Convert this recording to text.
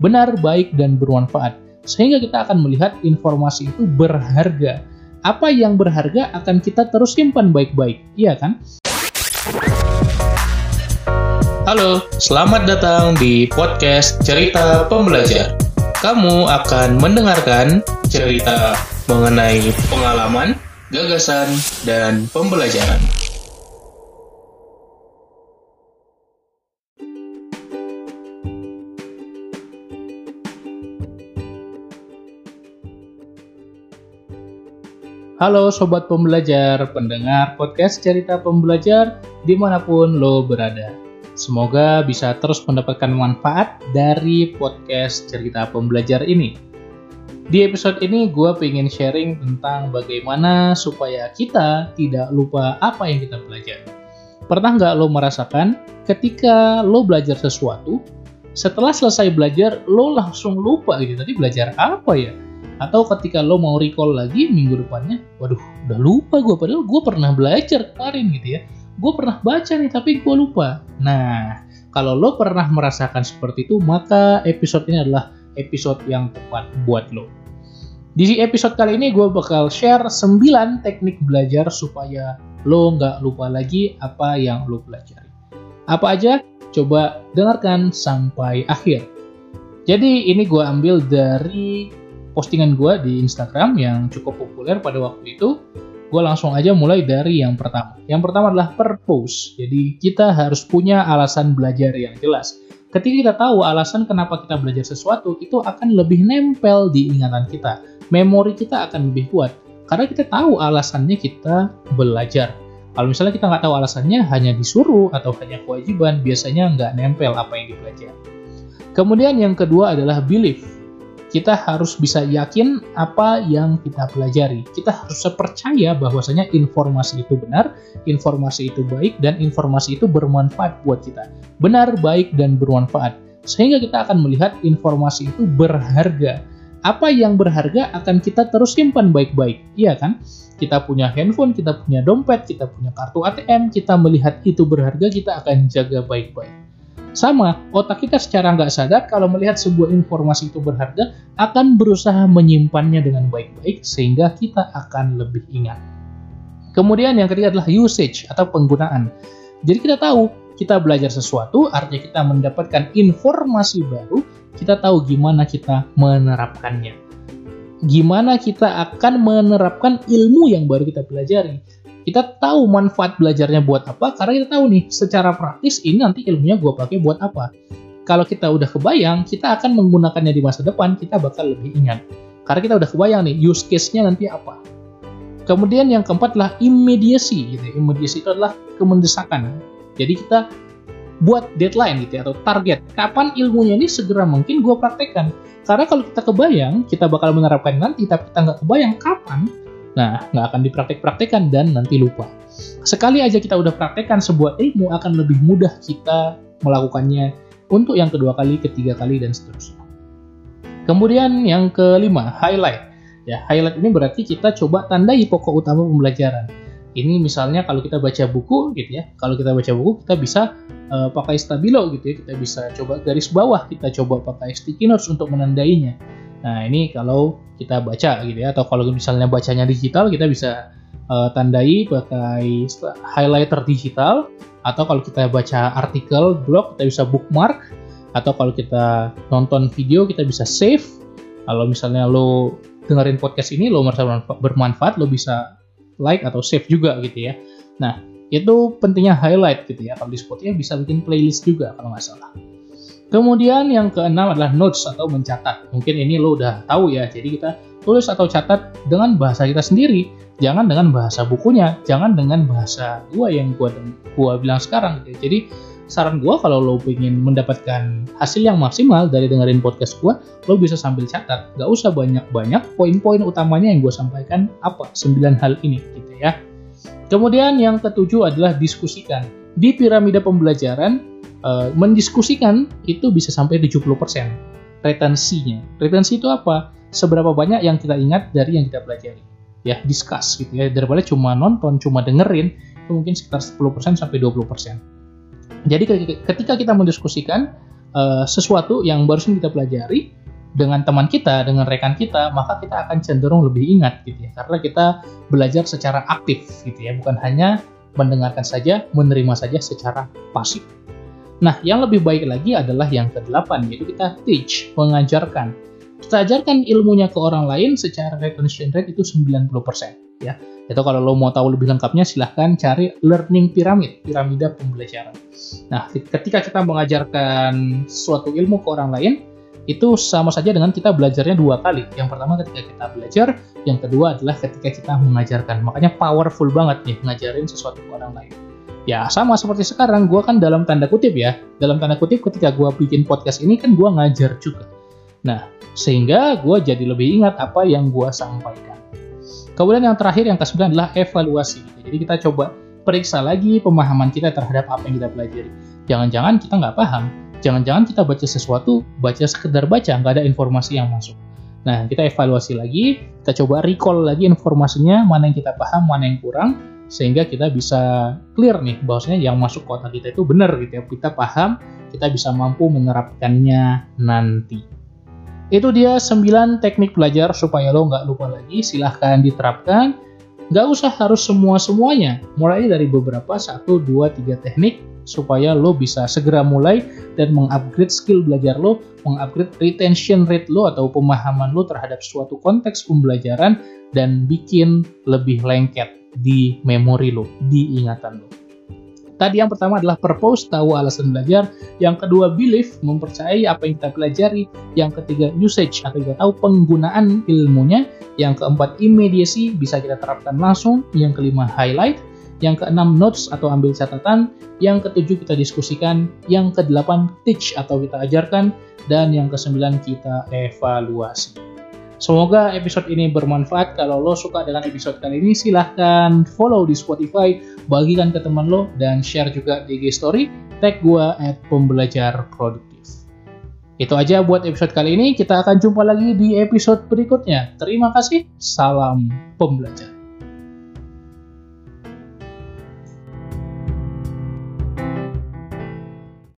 benar, baik, dan bermanfaat. Sehingga kita akan melihat informasi itu berharga. Apa yang berharga akan kita terus simpan baik-baik, iya kan? Halo, selamat datang di podcast Cerita Pembelajar. Kamu akan mendengarkan cerita mengenai pengalaman, gagasan, dan pembelajaran. Halo Sobat Pembelajar, pendengar podcast Cerita Pembelajar dimanapun lo berada. Semoga bisa terus mendapatkan manfaat dari podcast Cerita Pembelajar ini. Di episode ini gue pengen sharing tentang bagaimana supaya kita tidak lupa apa yang kita pelajari. Pernah nggak lo merasakan ketika lo belajar sesuatu, setelah selesai belajar lo langsung lupa gitu, tadi belajar apa ya? Atau ketika lo mau recall lagi minggu depannya, waduh udah lupa gue, padahal gue pernah belajar kemarin gitu ya. Gue pernah baca nih tapi gue lupa. Nah, kalau lo pernah merasakan seperti itu, maka episode ini adalah episode yang tepat buat lo. Di episode kali ini gue bakal share 9 teknik belajar supaya lo nggak lupa lagi apa yang lo pelajari. Apa aja? Coba dengarkan sampai akhir. Jadi ini gue ambil dari postingan gue di Instagram yang cukup populer pada waktu itu. Gue langsung aja mulai dari yang pertama. Yang pertama adalah purpose. Jadi kita harus punya alasan belajar yang jelas. Ketika kita tahu alasan kenapa kita belajar sesuatu, itu akan lebih nempel di ingatan kita. Memori kita akan lebih kuat. Karena kita tahu alasannya kita belajar. Kalau misalnya kita nggak tahu alasannya, hanya disuruh atau hanya kewajiban, biasanya nggak nempel apa yang dipelajari. Kemudian yang kedua adalah belief. Kita harus bisa yakin apa yang kita pelajari. Kita harus percaya bahwasanya informasi itu benar, informasi itu baik, dan informasi itu bermanfaat buat kita. Benar, baik, dan bermanfaat. Sehingga kita akan melihat informasi itu berharga. Apa yang berharga akan kita terus simpan baik-baik. Iya kan? Kita punya handphone, kita punya dompet, kita punya kartu ATM, kita melihat itu berharga, kita akan jaga baik-baik. Sama, otak kita secara nggak sadar kalau melihat sebuah informasi itu berharga, akan berusaha menyimpannya dengan baik-baik sehingga kita akan lebih ingat. Kemudian yang ketiga adalah usage atau penggunaan. Jadi kita tahu, kita belajar sesuatu, artinya kita mendapatkan informasi baru, kita tahu gimana kita menerapkannya. Gimana kita akan menerapkan ilmu yang baru kita pelajari. Kita tahu manfaat belajarnya buat apa, karena kita tahu nih, secara praktis ini nanti ilmunya gue pakai buat apa. Kalau kita udah kebayang, kita akan menggunakannya di masa depan, kita bakal lebih ingat. Karena kita udah kebayang nih, use case-nya nanti apa. Kemudian yang keempat adalah immediacy. Gitu. Immediacy itu adalah kemendesakan. Jadi kita buat deadline gitu ya, atau target. Kapan ilmunya ini segera mungkin gue praktekkan. Karena kalau kita kebayang, kita bakal menerapkan nanti, tapi kita nggak kebayang kapan, nah, nggak akan dipraktek-praktekan dan nanti lupa. Sekali aja kita udah praktekkan sebuah ilmu, akan lebih mudah kita melakukannya untuk yang kedua kali, ketiga kali, dan seterusnya. Kemudian yang kelima, highlight. Ya, highlight ini berarti kita coba tandai pokok utama pembelajaran. Ini misalnya kalau kita baca buku gitu ya, kalau kita baca buku kita bisa pakai stabilo gitu ya, kita bisa coba garis bawah, kita coba pakai sticky notes untuk menandainya. Nah, ini kalau kita baca gitu ya, atau kalau misalnya bacanya digital, kita bisa tandai pakai highlighter digital, atau kalau kita baca artikel, blog, kita bisa bookmark, atau kalau kita nonton video, kita bisa save. Kalau misalnya lo dengerin podcast ini, lo merasa bermanfaat, lo bisa like atau save juga gitu ya. Nah, itu pentingnya highlight gitu ya. Kalau di Spotify bisa bikin playlist juga kalau nggak salah. Kemudian yang keenam adalah notes atau mencatat. Mungkin ini lo udah tahu ya, jadi kita tulis atau catat dengan bahasa kita sendiri. Jangan dengan bahasa bukunya, jangan dengan bahasa gua yang gua bilang sekarang gitu. Jadi saran gua kalau lo pengen mendapatkan hasil yang maksimal dari dengerin podcast gua, lo bisa sambil catat. Gak usah banyak-banyak, poin-poin utamanya yang gua sampaikan apa 9 hal ini gitu ya. Kemudian yang ketujuh adalah diskusikan. Di piramida pembelajaran, mendiskusikan itu bisa sampai 70% retensinya. Retensi itu apa? Seberapa banyak yang kita ingat dari yang kita pelajari. Ya, discuss gitu ya. Daripada cuma nonton, cuma dengerin, itu mungkin sekitar 10% sampai 20%. Jadi ketika kita mendiskusikan, sesuatu yang barusan kita pelajari dengan teman kita, dengan rekan kita, maka kita akan cenderung lebih ingat gitu ya, karena kita belajar secara aktif gitu ya, bukan hanya mendengarkan saja, menerima saja secara pasif. Nah, yang lebih baik lagi adalah yang ke-8, yaitu kita teach, mengajarkan. Kita ajarkan ilmunya ke orang lain secara retention rate itu 90% ya. Itu kalau lo mau tahu lebih lengkapnya silahkan cari learning pyramid, piramida pembelajaran. Nah, ketika kita mengajarkan suatu ilmu ke orang lain, itu sama saja dengan kita belajarnya 2 kali. Yang pertama ketika kita belajar, yang kedua adalah ketika kita mengajarkan. Makanya powerful banget nih ngajarin sesuatu ke orang lain. Ya, sama seperti sekarang, gue kan dalam tanda kutip ya, dalam tanda kutip ketika gue bikin podcast ini kan gue ngajar juga. Nah, sehingga gue jadi lebih ingat apa yang gue sampaikan. Kemudian yang terakhir, yang ke-9 adalah evaluasi. Jadi kita coba periksa lagi pemahaman kita terhadap apa yang kita pelajari. Jangan-jangan kita nggak paham. Jangan-jangan kita baca sesuatu, baca sekedar baca, nggak ada informasi yang masuk. Nah, kita evaluasi lagi, kita coba recall lagi informasinya, mana yang kita paham, mana yang kurang, sehingga kita bisa clear nih, bahwasanya yang masuk ke otak kita itu benar gitu ya. Kita paham, kita bisa mampu menerapkannya nanti. Itu dia 9 teknik belajar supaya lo nggak lupa lagi. Silahkan diterapkan. Nggak usah harus semuanya. Mulai dari beberapa, 1, 2, 3 teknik supaya lo bisa segera mulai dan mengupgrade skill belajar lo, mengupgrade retention rate lo atau pemahaman lo terhadap suatu konteks pembelajaran dan bikin lebih lengket di memori lo, di ingatan lo. Tadi yang pertama adalah purpose, tahu alasan belajar. Yang kedua, belief, mempercayai apa yang kita pelajari. Yang ketiga, usage, atau kita tahu penggunaan ilmunya. Yang keempat, immediacy, bisa kita terapkan langsung. Yang kelima, highlight. Yang keenam, notes, atau ambil catatan. Yang ketujuh, kita diskusikan. Yang kedelapan, teach, atau kita ajarkan. Dan yang kesembilan, kita evaluasi. Semoga episode ini bermanfaat. Kalau lo suka dengan episode kali ini, silahkan follow di Spotify, bagikan ke teman lo, dan share juga di IG Story. Tag gua @pembelajarproduktif. Itu aja buat episode kali ini. Kita akan jumpa lagi di episode berikutnya. Terima kasih. Salam pembelajar.